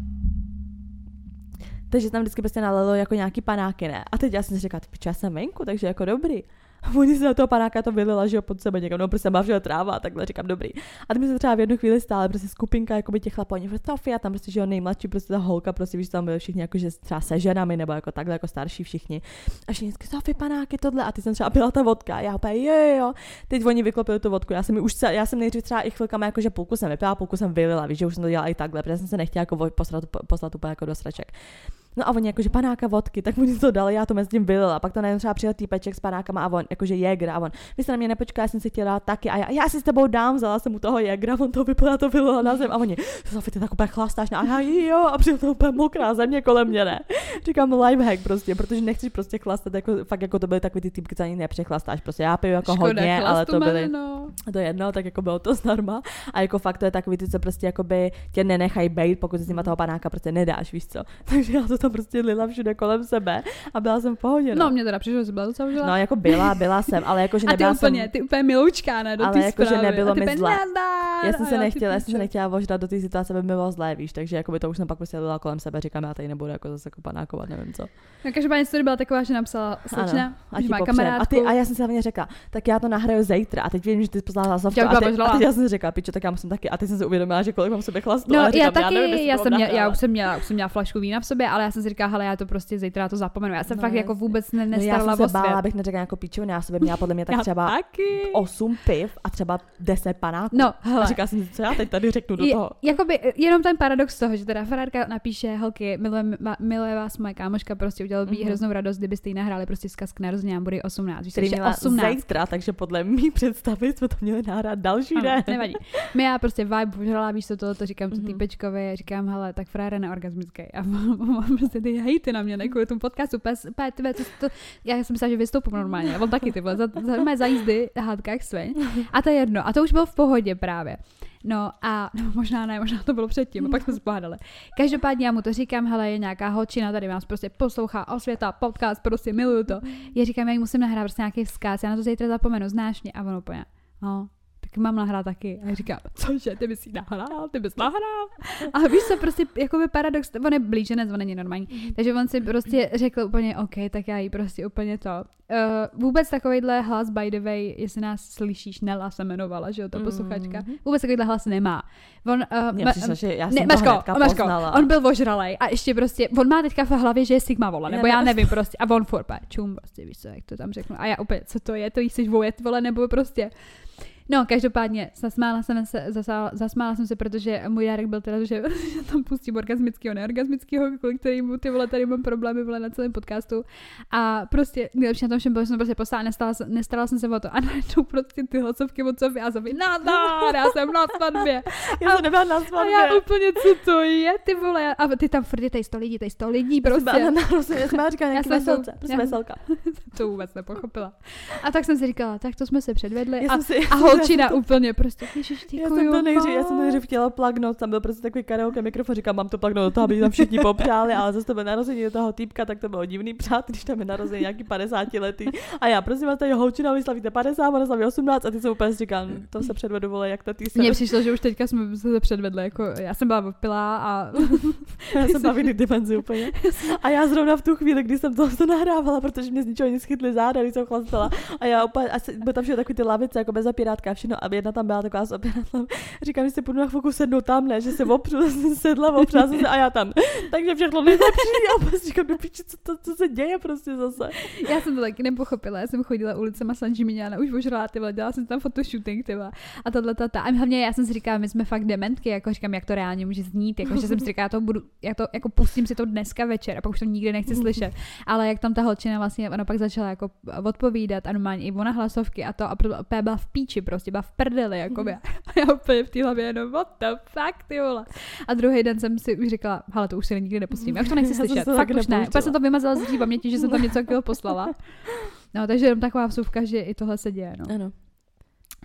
Takže tam vždycky prostě nalilo jako nějaký panáky, ne? A teď já jsem si říkala, ty já jsem venku, takže jako dobrý. A oni se na toho panáka to vylila, že jo, pod sebe někam, no prostě má všeho tráva a takhle, říkám dobrý. A ty mi se třeba v jednu chvíli stále prostě skupinka jakoby těch chlapů, oni prostě Sofia, tam prostě, že jo, nejmladší, prostě ta holka, prostě víš, tam byli všichni jako, že třeba se ženami, nebo jako takhle, jako starší všichni. A všichni vždycky, Sofie, panáky, tohle, a ty jsem třeba pila ta vodka, a já úplně, jo, jo, teď oni vyklopili tu vodku, já jsem mi už, já jsem nejdřív třeba i chvilkama, jako, že půlku jsem vypila, půlku jsem vylila, víš, že už jsem to dělala i takhle, protože jsem se nechtěla jako poslat, poslat úplně jako do sraček. No a oni jakože panáka vodky, tak oni to dali, já to mezi tím vylila. Pak to najednou třeba přijel týpeček s panákama a on, jakože Jäger a on, vy jste na mě nepočkali, já jsem si chtěla dát taky a já, já si s tebou dám, vzala jsem mu toho Jägera, on to vypil, to vylila na zem a oni, Sofie, ty tak úplně chlastáš, a já jo, a přijel to úplně mokrá země kolem mě, ne. Říkám lifehack prostě, protože nechceš prostě chlastat, jako, fakt jako to byly takový ty týpky, co ani nepřechlastáš, prostě já piju jako Škoda, hodně, ale to byly, no. to jedno, tak jako bylo to zdarma a jako fakt to je takový ty, co prostě jakoby tě nenechají bejt, pokud si s nima toho panáka prostě nedáš, víš co. Takže já to tam prostě lila všude kolem sebe a byla jsem v pohodě. No, no mě teda přišlo, že jsi byla docela užila. No jako byla, byla jsem, ale jakože nebyla jsem. A ty úplně, ty úplně miloučká, ne, do té jako, zprávy. Ale nebylo mi zle. Já jsem se já nechtěla, já jsem se nechtěla vožrat do té situace, aby mi bylo zlé, víš, takže jako by to už jsem pak prostě lila kolem sebe, říkám, já tady nebudu jako zase jako panákovat, nevím co. No každopádně story byla taková, že napsala slečna, že má kamarádku. A, ty, a já jsem si hlavně řekla, tak já to nahraju zítra a teď vím, že ty poslala Zofka a, teď, a teď já jsem si řekla, pičo, tak já musím taky a teď jsem si uvědomila, že kolik mám v sobě chlastu. No, říkám, já taky, já, nevím, já jsem měla, já už jsem měla, už jsem měla flašku vína v sobě, ale já jsem si říkala, hele, já to prostě zítra to zapomenu. Já jsem no, fakt jasný. Jako vůbec ne, nestarala no, já jsem se bála, abych neřekla jako pičovina, já sobě měla podle mě tak třeba taky. osm piv a třeba deset panáků. No, hele. A říkala jsem si, co já teď tady řeknu do je, toho. Jakoby jenom ten paradox toho, že teda Farárka napíše, holky, miluje, miluje vás moje kámoška, prostě udělal by mm-hmm. hroznou radost, kdybyste jí nahráli prostě vzkaz k narozeninám, bude osmnáct. Víš, který měla zítra, takže podle mý představy jsme to měli nahrát další ano, den. Nevadí. My já prostě vibe požrala, víš to, to, to říkám mm-hmm. týpečkovi, říkám, hele, tak Frára je neorgasmický. A mám prostě ty hejty na mě, ne, kvůli tomu podcastu, pes, pes, tyhle, to, to, já jsem myslela, že vystoupím normálně, on taky ty vole, za, za mé zajízdy na hádkách sveň. A to je jedno, a to už bylo v pohodě právě. No a no, možná ne, možná to bylo předtím, a pak jsme se pohádali. Každopádně já mu to říkám, hele, je nějaká holčina, tady vás prostě poslouchá osvěta, podcast, prostě miluju to. Já říkám, já jí musím nahrát prostě nějaký vzkaz, já na to zítra zapomenu, znáš mě? A on úplně, no, tak mám nahrát taky. A já říkám, cože, ty bys jí nahrál, ty bys nahrál. A víš co, prostě jakoby paradox, on je blíženec, on není normální. Takže on si prostě řekl úplně, OK, tak já jí prostě úplně to. Uh, vůbec takovejhle hlas, by the way, jestli nás slyšíš, Nela se jmenovala, že jo, ta posluchačka. Vůbec takovýhle hlas nemá. On, uh, Mně ma, přišlo, že já jsem ne, to hnedka poznala. On byl ožralej a ještě prostě, on má teďka v hlavě, že je Sigma, vole, nebo já, já nevím prostě. A on furt, čum, prostě, víš co, jak to tam řeknu. A já úplně, co to je, to jí chceš vojet, vole, nebo prostě. No, každopádně, zasmála jsem se, zasála, zasmála jsem se, protože můj dárek byl teda, že tam pustím orgasmického, neorgasmického, kvůli kterému ty vole, tady mám problémy vole na celém podcastu. A prostě nejlepší na tom všem bylo, že jsem prostě poslala, nestarala, nestarala jsem se o to. A najednou prostě ty hlasovky od Sofie a Sofie, nadár, já jsem na svatbě. Já jsem nebyla na svatbě. A já úplně, co to je, ty vole. A ty tam furt, tady sto lidí, tady sto lidí, prostě. Já jsem byla říkala nějaký veselce, prostě veselka. To vůbec nepochopila. A tak jsem si říkala, tak to jsme se předvedli. A, si, a holčina to, úplně prostě, ježiš, děkuju, já jsem to nejdřív, já jsem to nejdřív chtěla plagnout, tam byl prostě takový karaoke mikrofon, říkám, mám to plagnout do toho, aby tam všichni popřáli, ale zase to bylo narození do toho týpka, tak to bylo divný přát, když tam je narození nějaký padesátiletý. A já prosím vás, tady holčina, vy slavíte padesát, ona slaví osmnáct a ty jsem úplně říkal, to se předvedu, vole, jak ta tý se. Mně přišlo, že už teďka jsme se předvedli, jako já jsem byla opilá a já jsem byla v jiný dimenzi úplně. A já zrovna v tu chvíli, kdy jsem to, to nahrávala, protože mě z ničeho nic chytli záda, když jsem chlastala. A já úplně, a byl tam všechno takový ty lavice, jako bez zapírátka a všechno. A jedna tam byla taková s opěratlem. Říkám, že si půjdu na chvilku sednout tam, ne, že se opřu, jsem sedla, opřela jsem se a já tam. Takže všechno nejlepší. A prostě říkám, do piči, co, to, co se děje prostě zase. Já jsem to taky nepochopila, já jsem chodila ulicema San Gimignana, už ožrala, ty vole, dělala jsem tam fotoshooting, ty vole. A tato tata. A hlavně já jsem si říkala, my jsme fakt dementky, jako říkám, jak to reálně může znít, jako že jsem si říkala, to budu, já to jako pustím si to dneska večer a pak už to nikdy nechci slyšet. Ale jak tam ta holčina vlastně, ona pak začala jako odpovídat a normálně i ona hlasovky a to a byla v píči prostě, byla v prdeli, jako by. A já úplně v té hlavě jenom, what the fuck, ty vole. A druhý den jsem si už říkala, hele, to už si nikdy nepustím, já už to nechci slyšet, fakt už ne. Úplně jsem to vymazala z paměti, že jsem tam něco takového poslala. No, takže jenom taková vsuvka, že i tohle se děje, no. Ano.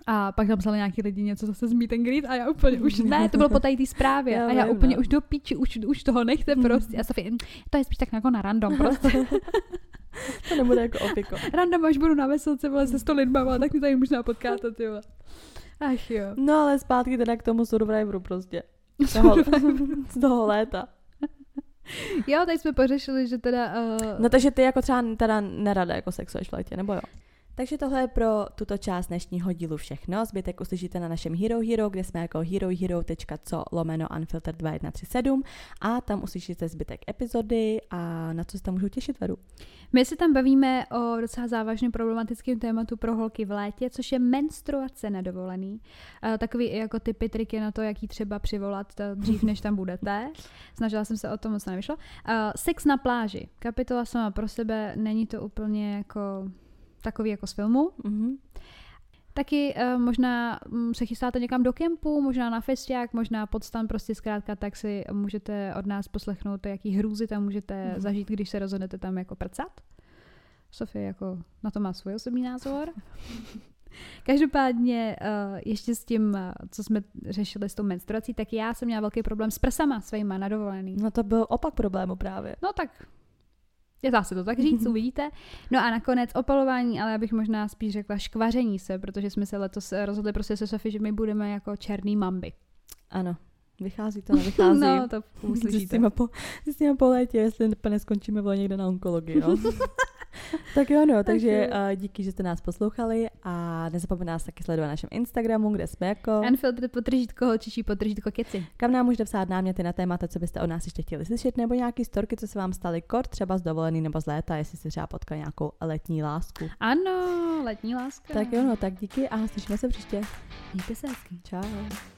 A pak tam psali nějaký lidi něco zase z meet and greet a já úplně už ne, to bylo po té zprávě. Já a já vím, úplně no. už do píči, už, už toho nechte prostě. A Sofie, to je spíš tak jako na random prostě. To nebude jako opiko. Random, až budu na veselce, vole, se sto lidma, tak mi tady možná potkáte, ty vole. Ach jo. No ale zpátky teda k tomu Survivoru prostě. Z toho, z toho léta. Jo, teď jsme pořešili, že teda... Uh... No takže ty jako třeba teda nerada jako sexuješ v létě, nebo jo? Takže tohle je pro tuto část dnešního dílu všechno. Zbytek uslyšíte na našem Hero Hero, kde jsme jako herohero.co lomeno unfiltered dva jedna tři sedm a tam uslyšíte zbytek epizody a na co se tam můžou těšit, Veru. My se tam bavíme o docela závažným problematickém tématu pro holky v létě, což je menstruace na dovolený. Uh, takový jako typy, triky na to, jak ji třeba přivolat dřív, než tam budete. Snažila jsem se o tom, moc nevyšlo. Uh, sex na pláži. Kapitola sama pro sebe, není to úplně jako... takový jako z filmu. Mm-hmm. Taky uh, možná um, se chystáte někam do kempu, možná na festiák, možná pod stan, prostě zkrátka, tak si můžete od nás poslechnout, jaký hrůzy tam můžete mm-hmm. zažít, když se rozhodnete tam jako prcat. Sofie jako na to má svůj osobní názor. Každopádně uh, ještě s tím, uh, co jsme řešili s tou menstruací, tak já jsem měla velký problém s prsama svýma na dovolený. No to byl opak problému právě. No tak... Dá se to tak říct, uvidíte. No a nakonec opalování, ale já bych možná spíš řekla škvaření se, protože jsme se letos rozhodli prostě se Sofie, že my budeme jako černý mamby. Ano, vychází to, nevychází. No, to uslyšíte. Zjistíme po, zjistíme po létě, jestli neskončíme vole někde na onkologii, no. Tak jo, no, takže uh, díky, že jste nás poslouchali a nezapomeňte nás taky sledovat na našem Instagramu, kde jsme jako Unfiltered potržítko holčičí potržítko keci. Kam nám můžete psát náměty na témata, co byste od nás ještě chtěli slyšet, nebo nějaký storky, co se vám staly kort, třeba z dovolený nebo z léta, jestli si třeba potkali nějakou letní lásku. Ano, letní láska. Tak jo, no, tak díky a slyšíme se příště. Mějte se hezky. Čau.